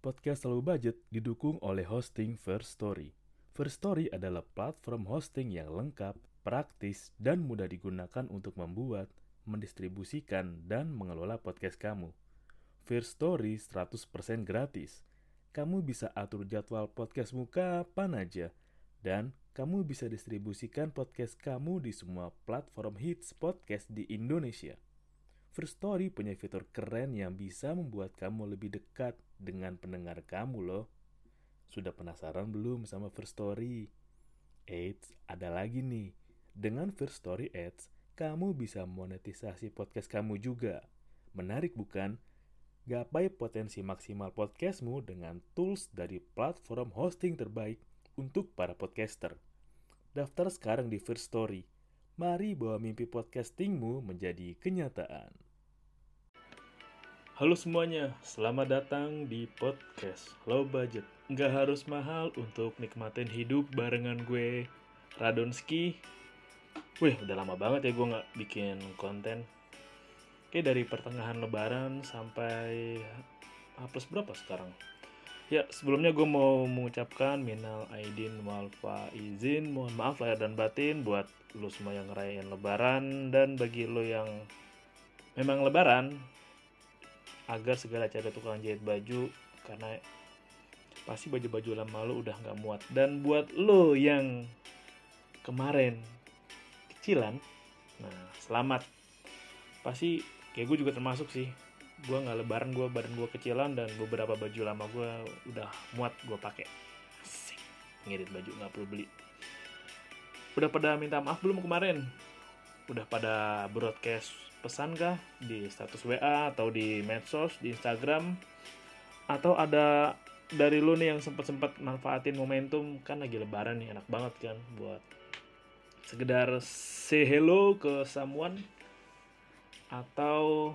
Podcast Selalu Budget didukung oleh hosting First Story. First Story adalah platform hosting yang lengkap, praktis, dan mudah digunakan untuk membuat, mendistribusikan, dan mengelola podcast kamu. First Story 100% gratis. Kamu bisa atur jadwal podcastmu kapan aja, dan kamu bisa distribusikan podcast kamu di semua platform hits podcast di Indonesia. First Story punya fitur keren yang bisa membuat kamu lebih dekat dengan pendengar kamu loh. Sudah penasaran belum sama First Story? Eits, ada lagi nih. Dengan First Story Ads, kamu bisa monetisasi podcast kamu juga. Menarik bukan? Gapai potensi maksimal podcastmu dengan tools dari platform hosting terbaik untuk para podcaster. Daftar sekarang di First Story. Mari bawa mimpi podcastingmu menjadi kenyataan. Halo semuanya, selamat datang di podcast Low Budget. Nggak harus mahal untuk nikmatin hidup barengan gue, Radonski. Wih, udah lama banget ya gue nggak bikin konten. Kayak dari pertengahan lebaran sampai plus berapa sekarang? Ya, sebelumnya gue mau mengucapkan minal aidin wal faizin, mohon maaf lahir dan batin buat lo semua yang ngerayain lebaran, dan bagi lo yang memang lebaran, agar segera cari tukang jahit baju, karena pasti baju-baju lama lo udah gak muat. Dan buat lo yang kemarin kecilan, nah selamat. Pasti kayak gue juga termasuk sih. Gue gak lebaran, badan gue kecilan, dan beberapa baju lama gue udah muat gue pakai. Asik, ngirit baju gak perlu beli. Udah pada minta maaf belum kemarin? Udah pada broadcast pesan kah di status WA atau di medsos, di Instagram? Atau ada dari lu nih yang sempet manfaatin momentum, kan lagi lebaran nih, enak banget kan buat sekedar say hello ke someone, atau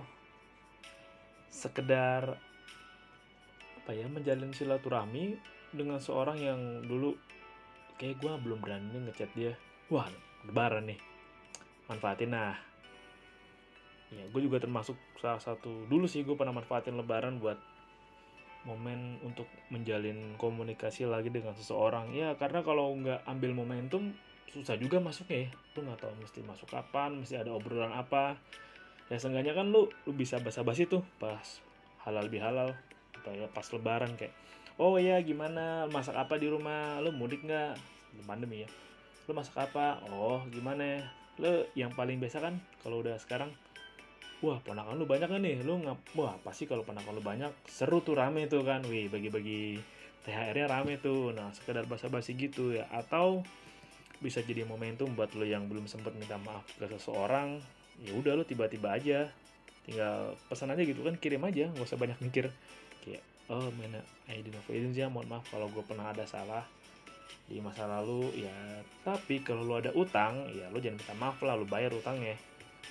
sekedar menjalin silaturahmi dengan seorang yang dulu kayak gue belum berani ngechat dia. Wah, lebaran nih, manfaatin. Nah ya, gue juga termasuk salah satu. Dulu sih gue pernah manfaatin lebaran buat momen untuk menjalin komunikasi lagi dengan seseorang. Ya karena kalau nggak ambil momentum susah juga masuknya ya. Lu nggak tahu mesti masuk kapan, mesti ada obrolan apa. Ya seenggaknya kan lu bisa basa-basi tuh pas halal bihalal, atau ya pas lebaran kayak, oh ya gimana, masak apa di rumah, lu mudik nggak, pandemi ya, lu masak apa, oh gimana, lu yang paling biasa kan kalau udah sekarang, wah ponakan lu banyak kan nih, lu wah pasti kalau ponakan lu banyak seru tuh, rame tuh kan, wih bagi-bagi THR-nya rame tuh. Nah sekedar basa-basi gitu ya, atau bisa jadi momentum buat lo yang belum sempat minta maaf ke seseorang. Ya udah, lo tiba-tiba aja tinggal pesan aja gitu kan, kirim aja, nggak usah banyak mikir kayak, oh mana aidin ya, mohon maaf kalau gue pernah ada salah di masa lalu ya. Tapi kalau lo ada utang ya lo jangan minta maaf lah, lo bayar utangnya.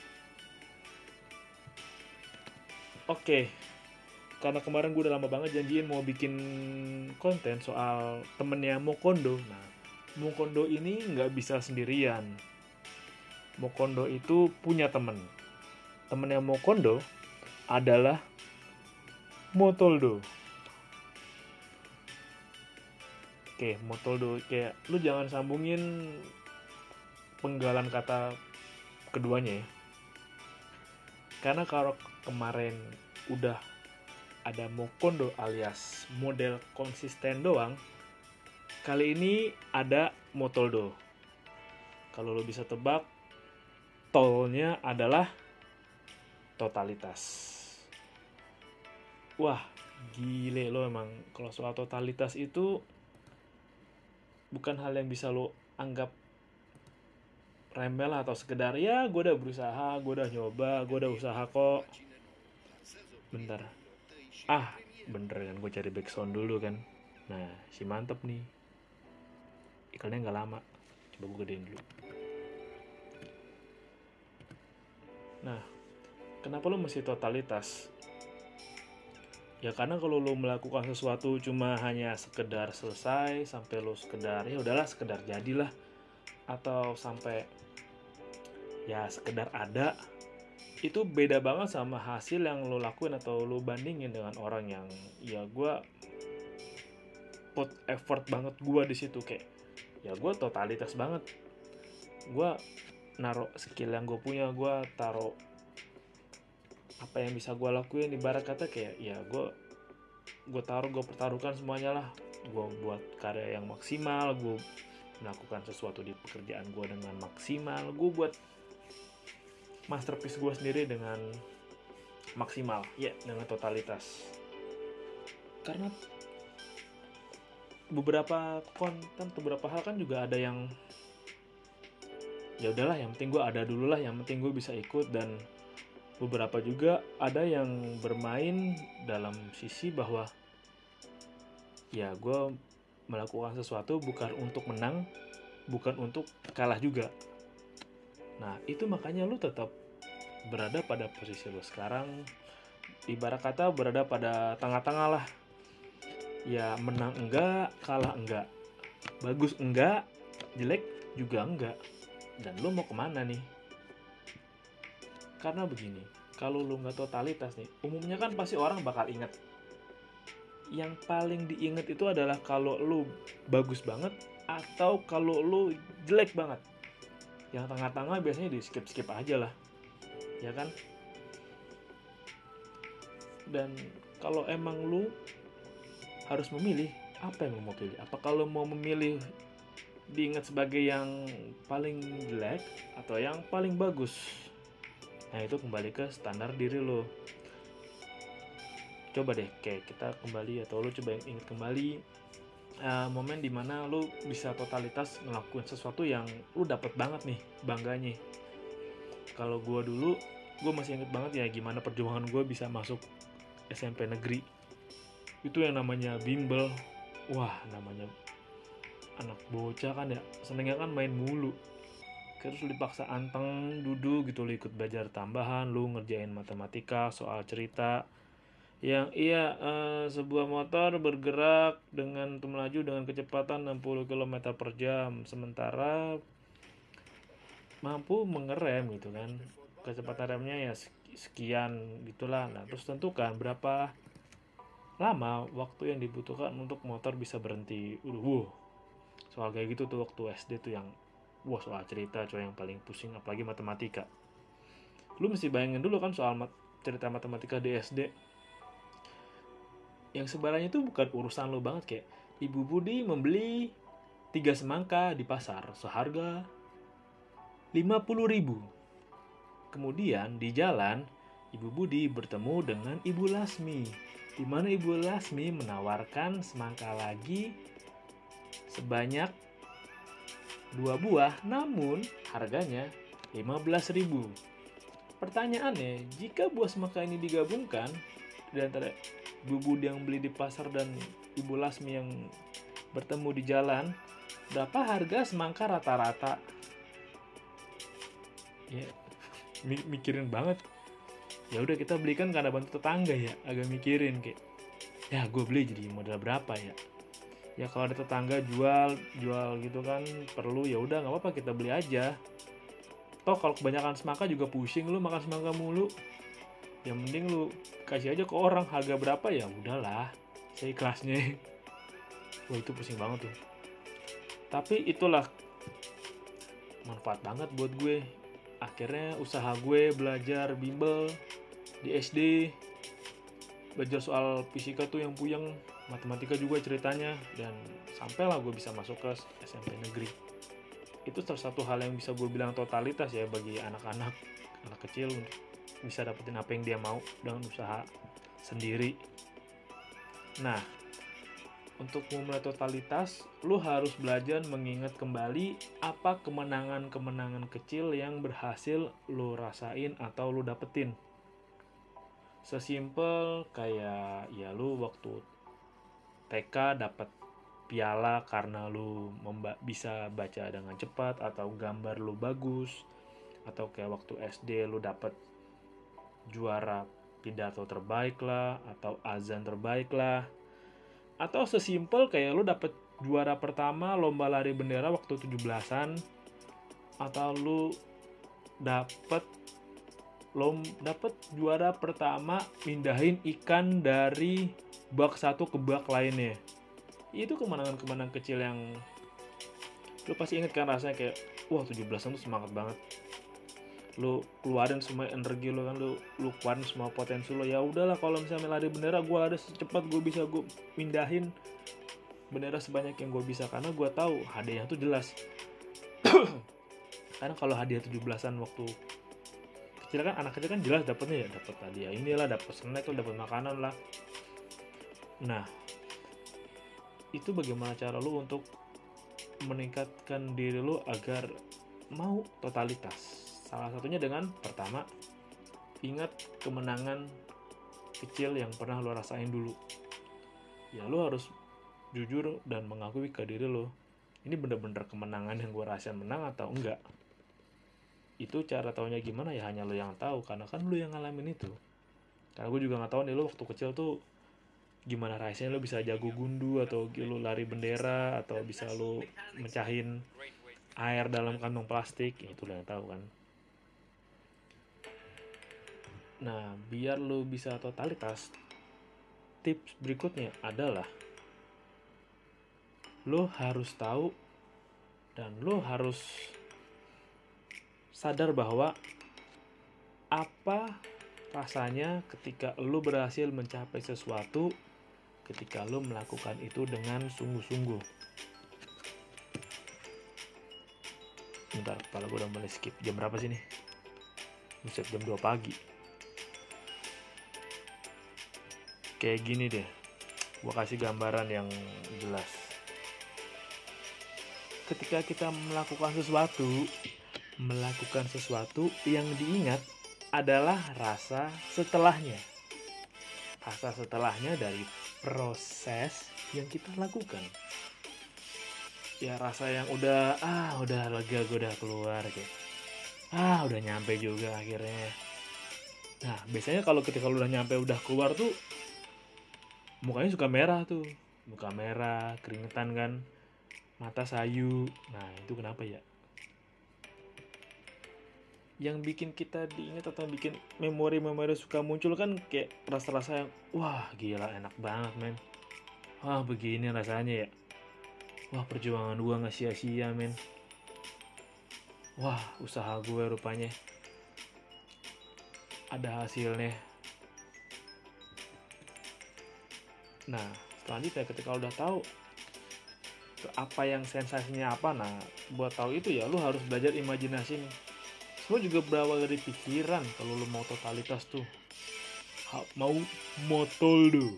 Oke, karena kemarin gue udah lama banget janjiin mau bikin konten soal temennya Mokondo. Nah, Mokondo ini nggak bisa sendirian. Mokondo itu punya temen. Temennya Mokondo adalah Motoldo. Oke, Motoldo, kayak lu jangan sambungin penggalan kata keduanya ya. Karena kalau kemarin udah ada Mokondo alias model konsisten doang, kali ini ada Motoldo. Kalau lu bisa tebak, tolnya adalah totalitas. Wah, gile lo emang. Kalau soal totalitas itu bukan hal yang bisa lo anggap remeh lah, atau sekedar ya gue udah berusaha, gue udah nyoba, gue udah usaha kok. Bentar, bener kan, gue cari backsound dulu kan. Nah si mantep nih, iklannya gak lama, coba gue gedein dulu. Nah kenapa lo mesti totalitas? Ya karena kalau lo melakukan sesuatu cuma hanya sekedar selesai, sampai lo sekedar ya udahlah sekedar jadilah, atau sampai ya sekedar ada, itu beda banget sama hasil yang lo lakuin atau lo bandingin dengan orang yang ya gue put effort banget gue di situ, kayak ya gue totalitas banget. Gue naruh skill yang gue punya, gue taruh apa yang bisa gue lakuin, ibarat kata kayak ya gue pertaruhkan semuanya lah. Gue buat karya yang maksimal, gue melakukan sesuatu di pekerjaan gue dengan maksimal, gue buat masterpiece gue sendiri dengan maksimal, ya dengan totalitas. Karena beberapa konten, beberapa hal kan juga ada yang ya udahlah, yang penting gue ada dulu lah, yang penting gue bisa ikut. Dan beberapa juga ada yang bermain dalam sisi bahwa ya gue melakukan sesuatu bukan untuk menang, bukan untuk kalah juga. Nah itu makanya lu tetap berada pada posisi lu sekarang, ibarat kata berada pada tengah-tengah lah. Ya menang enggak, kalah enggak, bagus enggak, jelek juga enggak. Dan lu mau kemana nih? Karena begini, kalau lu nggak totalitas nih, umumnya kan pasti orang bakal ingat. Yang paling diingat itu adalah kalau lu bagus banget atau kalau lu jelek banget. Yang tengah-tengah biasanya di skip aja lah, ya kan? Dan kalau emang lu harus memilih, apa yang lu mau pilih? Apa kalau mau memilih diingat sebagai yang paling jelek atau yang paling bagus? Nah itu kembali ke standar diri lo. Coba deh kayak kita kembali, atau lo coba ingat kembali momen dimana lo bisa totalitas ngelakuin sesuatu yang lo dapet banget nih bangganya. Kalau gue dulu, gue masih inget banget ya gimana perjuangan gue bisa masuk SMP negeri. Itu yang namanya bimbel. Wah, namanya anak bocah kan ya, senengnya kan main mulu. Terus lu dipaksa anteng duduk gitu, lu ikut belajar tambahan, lu ngerjain matematika, soal cerita yang sebuah motor bergerak dengan melaju dengan kecepatan 60 km per jam, sementara mampu mengerem gitu kan, kecepatan remnya ya sekian gitulah. Nah terus tentukan berapa lama waktu yang dibutuhkan untuk motor bisa berhenti. Soal kayak gitu tuh waktu SD tuh yang soal cerita coy yang paling pusing, apalagi matematika. Lu mesti bayangin dulu kan soal cerita matematika di SD. Yang sebenarnya itu bukan urusan lu banget, kayak Ibu Budi membeli 3 semangka di pasar seharga 50.000. Kemudian di jalan Ibu Budi bertemu dengan Ibu Lasmi, di mana Ibu Lasmi menawarkan semangka lagi sebanyak 2 buah, namun harganya 15.000. Pertanyaannya, jika buah semangka ini digabungkan di antara Ibu Budi yang beli di pasar dan Ibu Lasmi yang bertemu di jalan, berapa harga semangka rata-rata? Ya, mikirin banget. Ya udah kita belikan karena bantu tetangga ya, agak mikirin kayak, ya gue beli jadi modal berapa ya? Ya kalau ada tetangga jual gitu kan perlu, ya udah nggak apa-apa kita beli aja. Toh kalau kebanyakan semangka juga pusing lu makan semangka mulu. Yang mending lu kasih aja ke orang, harga berapa ya udahlah, saya ikhlasnya. Wah itu pusing banget tuh. Tapi itulah manfaat banget buat gue. Akhirnya usaha gue belajar bimbel di SD, belajar soal fisika tuh yang puyeng, matematika juga ceritanya, dan sampailah gue bisa masuk ke SMP negeri. Itu salah satu hal yang bisa gue bilang totalitas ya bagi anak kecil untuk bisa dapetin apa yang dia mau dengan usaha sendiri. Nah, untuk memulai totalitas, lu harus belajar mengingat kembali apa kemenangan-kemenangan kecil yang berhasil lu rasain atau lu dapetin. Sesimpel kayak ya lu waktu TK dapet piala karena lu bisa baca dengan cepat atau gambar lu bagus, atau kayak waktu SD lu dapet juara pidato terbaik lah, atau azan terbaik lah, atau sesimpel kayak lu dapet juara pertama lomba lari bendera waktu 17-an, atau lu dapet juara pertama mindahin ikan dari bak satu ke bak lainnya. Itu kemenangan-kemenangan kecil yang lu pasti inget kan, rasanya kayak wah 17-an tuh semangat banget. Lu keluarin semua energi lu kan, lu keluarin semua potensi lu. Ya udahlah, kalau misalnya lari bendera, gue lari secepat gue bisa, gue pindahin bendera sebanyak yang gue bisa, karena gue tahu hadiahnya tuh jelas. Karena kalau hadiah 17-an waktu kecil kan, anak kecil kan jelas dapetnya ya, dapat hadiah inilah, dapat snack lah, dapat makanan lah. Nah, itu bagaimana cara lu untuk meningkatkan diri lu agar mau totalitas? Salah satunya dengan pertama, ingat kemenangan kecil yang pernah lo rasain dulu. Ya lo harus jujur dan mengakui ke diri lo, ini bener-bener kemenangan yang gue rasain menang atau enggak. Itu cara taunya gimana ya hanya lo yang tahu, karena kan lo yang ngalamin itu. Karena gue juga nggak tahu nih lo waktu kecil tuh gimana rasanya lo bisa jago gundu, atau lo lari bendera, atau bisa lo mecahin air dalam kantong plastik. Itu lo yang tahu kan. Nah, biar lo bisa totalitas, tips berikutnya adalah lo harus tahu dan lo harus sadar bahwa apa rasanya ketika lo berhasil mencapai sesuatu, ketika lo melakukan itu dengan sungguh-sungguh. Bentar, kepala gue udah mulai skip. Jam berapa sih nih? Buset, jam 2 pagi. Kayak gini deh, gue kasih gambaran yang jelas. Ketika kita melakukan sesuatu yang diingat adalah rasa setelahnya. Rasa setelahnya dari proses yang kita lakukan. Ya rasa yang udah lega, gue udah keluar kayak. Udah nyampe juga akhirnya. Nah, biasanya kalau ketika lu udah nyampe, udah keluar tuh mukanya suka merah tuh. Muka merah, keringetan kan. Mata sayu. Nah, itu kenapa ya? Yang bikin kita diingat atau bikin memori-memori suka muncul kan kayak rasa-rasa yang wah gila enak banget men, wah begini rasanya ya, wah perjuangan gue gak sia-sia men, wah usaha gue rupanya ada hasilnya. Nah selanjutnya ketika udah tahu apa yang sensasinya apa, nah buat tahu itu ya lu harus belajar imajinasi nih. Semua juga berawal dari pikiran. Kalau lu mau totalitas tuh, mau motoldo,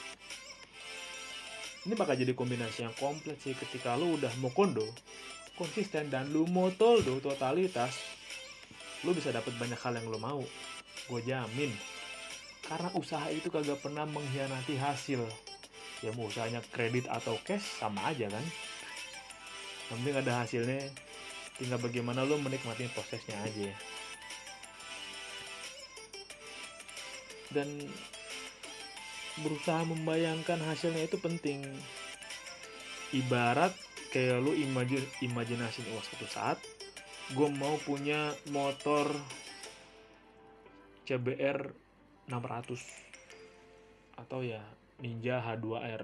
ini bakal jadi kombinasi yang kompleks sih. Ketika lu udah mau kondo konsisten dan lu motoldo totalitas, lu bisa dapet banyak hal yang lu mau, gue jamin. Karena usaha itu kagak pernah mengkhianati hasil. Ya mau usahanya kredit atau cash sama aja kan, yang penting ada hasilnya. Tinggal bagaimana lo menikmati prosesnya aja. Dan berusaha membayangkan hasilnya itu penting. Ibarat kayak lo imajinasi suatu saat gue mau punya motor CBR 600 atau ya Ninja H2R.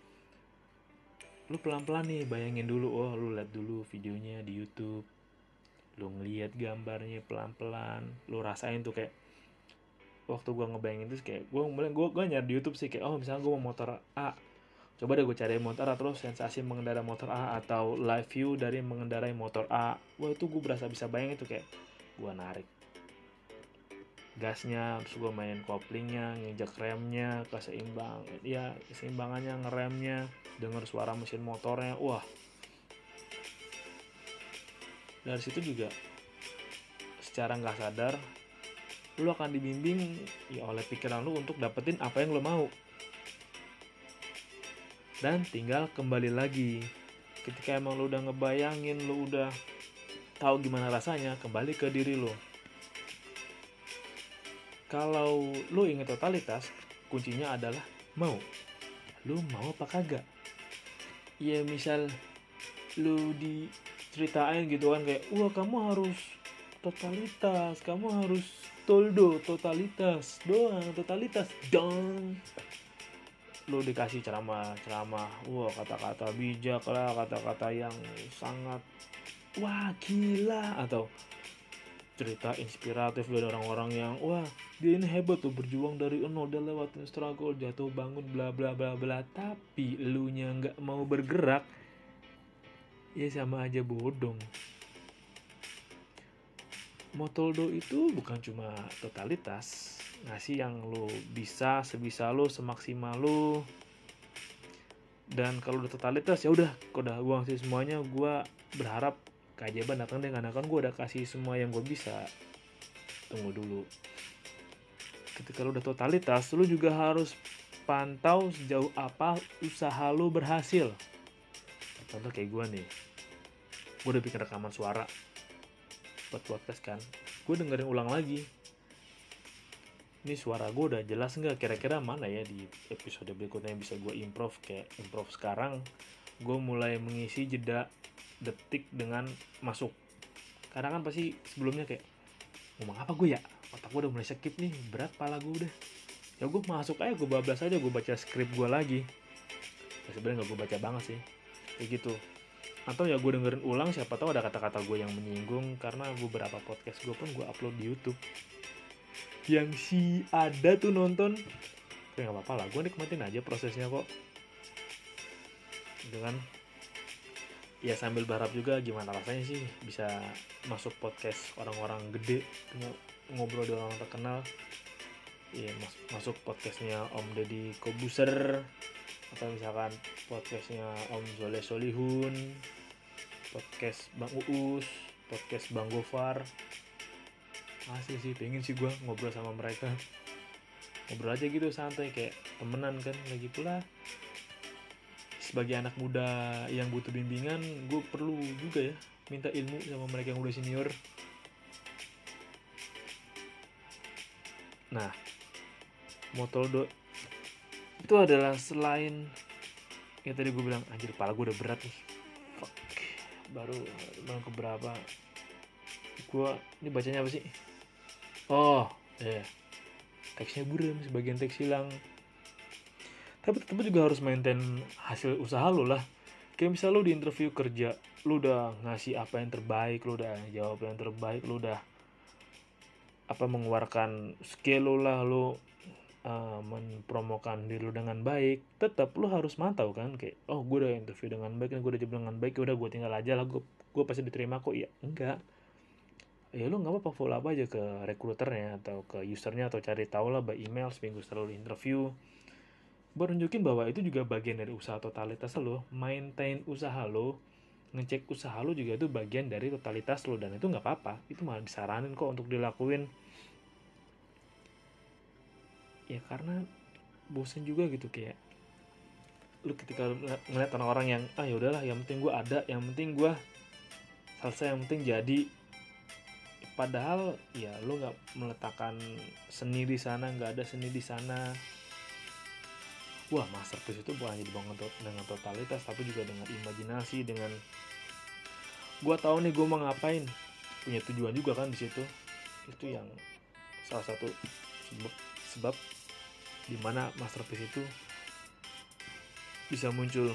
Lu pelan-pelan nih bayangin dulu, lu lihat dulu videonya di YouTube, lu ngeliat gambarnya pelan-pelan, lu rasain tuh kayak waktu gue ngebayangin tuh kayak gue nyari di YouTube sih kayak misalnya gue mau motor A, coba deh gue cari motor A, terus sensasi mengendarai motor A atau live view dari mengendarai motor A. Wah itu gue berasa bisa bayangin tuh kayak gue narik gasnya, terus gue main koplingnya, nginjak remnya, keseimbang ya keseimbangannya, ngeremnya, dengar suara mesin motornya. Wah dari situ juga secara nggak sadar lu akan dibimbing ya oleh pikiran lu untuk dapetin apa yang lu mau. Dan tinggal kembali lagi, ketika emang lu udah ngebayangin, lu udah tahu gimana rasanya, kembali ke diri lu. Kalau lu ingin totalitas, kuncinya adalah mau. Lu mau apa kagak? Ya misal lu diceritain gitu kan kayak, wah kamu harus totalitas, kamu harus toldo, totalitas doang, totalitas dong. lu dikasih ceramah, wah kata-kata bijak lah, kata-kata yang sangat wah gila, atau cerita inspiratif dari orang-orang yang wah dia ini hebat tuh, berjuang dari nol, dia lewatin struggle, jatuh bangun, bla bla bla bla, tapi lu nya nggak mau bergerak, ya sama aja bodong. Motoldo itu bukan cuma totalitas, ngasih yang lu bisa, sebisa lu, semaksimal lu. Dan kalau udah totalitas ya udah gue ngasih semuanya, gue berharap keajaiban datang deh, karena kan gue udah kasih semua yang gue bisa. Tunggu dulu, ketika lu udah totalitas, lu juga harus pantau sejauh apa usaha lu berhasil. Contoh kayak gue nih, gue udah bikin rekaman suara buat podcast kan, gue dengerin ulang lagi, ini suara gue udah jelas nggak, kira-kira mana ya di episode berikutnya yang bisa gue improve. Kayak improve sekarang, gue mulai mengisi jeda detik dengan masuk, karena kan pasti sebelumnya kayak ngomong apa gue ya, otak gue udah mulai skip nih, berat pala gue udah, ya gue masuk aja, gue bablas aja, gue baca skrip gue lagi. Ya sebenarnya nggak gue baca banget sih, kayak gitu. Atau ya gue dengerin ulang, siapa tahu ada kata-kata gue yang menyinggung, karena beberapa podcast gue pun gue upload di YouTube yang si ada tuh nonton, tapi nggak apa-apa lah, gue nikmatin aja prosesnya kok, gitu kan. Ya sambil berharap juga gimana rasanya sih bisa masuk podcast orang-orang gede, ngobrol dengan orang terkenal. Ya masuk podcastnya Om Deddy Kobuser, atau misalkan podcastnya Om Soleh Solihun, podcast Bang Uus, podcast Bang Gofar. Asli sih, pengen sih gue ngobrol sama mereka, ngobrol aja gitu santai kayak temenan kan. Lagi pula sebagai anak muda yang butuh bimbingan, gue perlu juga ya minta ilmu sama mereka yang udah senior. Nah, Motoldo itu adalah selain ya tadi gue bilang anjir kepala gue udah berat nih, fuck, baru keberapa gue ini bacanya apa sih, teksnya buram, sebagian teks hilang. Tapi tetap juga harus maintain hasil usaha lo lah. Kayak misal lo di interview kerja, lo udah ngasih apa yang terbaik, lo udah jawab yang terbaik, lo udah mengeluarkan skill lo lah, lo mempromokan diri lo dengan baik. Tetap lo harus mantau kan, kayak oh gue udah interview dengan baik, gue udah jawab dengan baik, udah gue tinggal aja lah, gue pasti diterima kok. Ya enggak, ya lu nggak apa-apa follow apa aja ke recruiternya atau ke usernya, atau cari tahu lah by email seminggu setelah lu interview, buat nunjukin bahwa itu juga bagian dari usaha totalitas lo. Maintain usaha lo, ngecek usaha lo juga itu bagian dari totalitas lo, dan itu nggak apa-apa, itu malah disaranin kok untuk dilakuin. Ya karena bosen juga gitu, kayak lu ketika ngeliat orang-orang yang ya udahlah yang penting gue ada, yang penting gue selesai, yang penting jadi. Padahal ya lo nggak meletakkan seni di sana, nggak ada seni di sana. Wah, masterpiece itu bukan hanya dibangun dengan totalitas, tapi juga dengan imajinasi, dengan gua tahu nih gua mau ngapain, punya tujuan juga kan di situ. Itu yang salah satu sebab dimana masterpiece itu bisa muncul.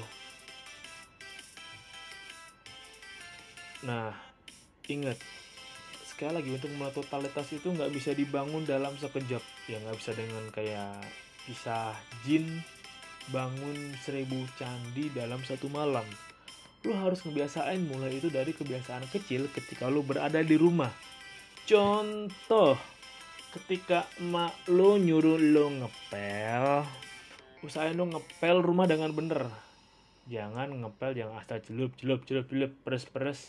Nah, ingat sekali lagi, untuk melihat totalitas itu nggak bisa dibangun dalam sekejap. Ya nggak bisa dengan kayak kisah jin bangun 1000 candi dalam satu malam. Lo harus ngebiasain, mulai itu dari kebiasaan kecil ketika lo berada di rumah. Contoh, ketika emak lo nyuruh lo ngepel, usahain lo ngepel rumah dengan bener. Jangan ngepel yang asal celup peres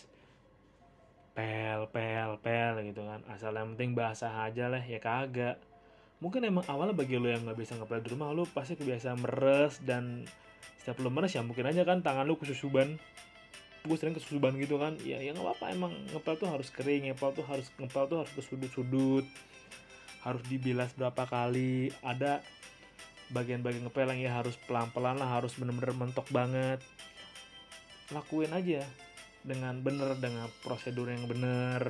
pel gitu kan, asal yang penting basah aja lah. Ya kagak. Mungkin emang awalnya bagi lo yang nggak bisa ngepel di rumah, lo pasti kebiasaan meres, dan setiap lo meres ya mungkin aja kan tangan lo kesusuban. Gue sering kesusuban gitu kan, ya nggak apa-apa, emang ngepel tuh harus kering, ngepel tuh harus ke sudut-sudut, harus dibilas berapa kali. Ada bagian-bagian ngepel yang ya harus pelan-pelan lah, harus bener-bener mentok banget. Lakuin aja dengan bener, dengan prosedur yang bener.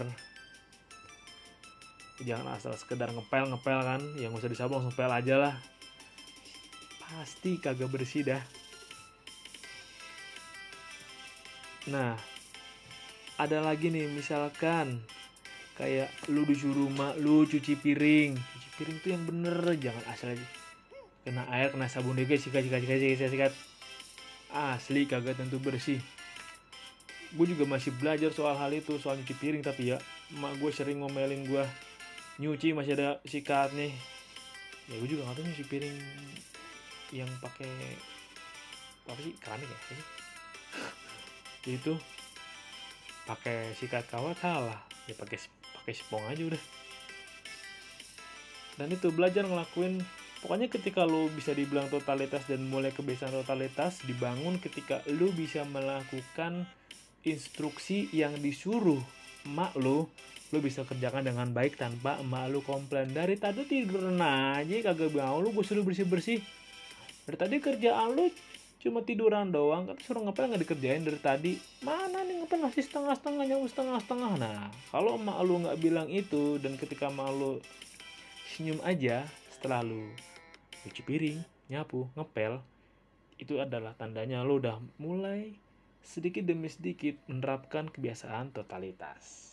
Jangan asal sekedar ngepel kan, yang usah disapu langsung pel aja lah. pasti kagak bersih dah. Nah, ada lagi nih, misalkan kayak lu disuruh mak lu cuci piring. Cuci piring tuh yang bener, jangan asal aja kena air, kena sabun dikit, sikat. Asli kagak tentu bersih. Gue juga masih belajar soal hal itu, soal nyuci piring, tapi ya mak gue sering ngomelin gue, nyuci masih ada sikat nih. Ya gue juga nggak tahu nyuci piring yang pakai apa sih, keramik ya sih? Itu pakai sikat kawat salah, ya pakai spong aja udah. Dan itu belajar ngelakuin, pokoknya ketika lu bisa dibilang totalitas dan mulai kebiasaan totalitas dibangun ketika lu bisa melakukan instruksi yang disuruh emak lu bisa kerjakan dengan baik tanpa emak lu komplain. Dari tadi tidur aja kagak mau lu gue suruh bersih-bersih. Dari tadi kerjaan lu cuma tiduran doang, kan suruh ngapain nggak dikerjain dari tadi. Mana nih ngapain masih setengah-setengah, nyawa setengah-setengah. Nah, kalau emak lu nggak bilang itu, dan ketika emak lu senyum aja setelah lu cuci piring, nyapu, ngepel, itu adalah tandanya lu udah mulai sedikit demi sedikit menerapkan kebiasaan totalitas.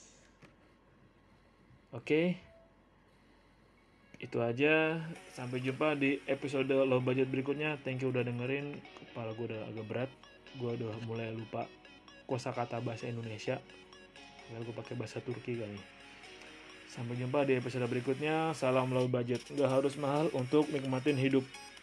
Oke, itu aja. Sampai jumpa di episode low budget berikutnya. Thank you udah dengerin. Kepala gue udah agak berat, gue udah mulai lupa kosakata bahasa Indonesia, lalu gue pakai bahasa Turki kali. Sampai jumpa di episode berikutnya. Salam low budget, gak harus mahal untuk nikmatin hidup.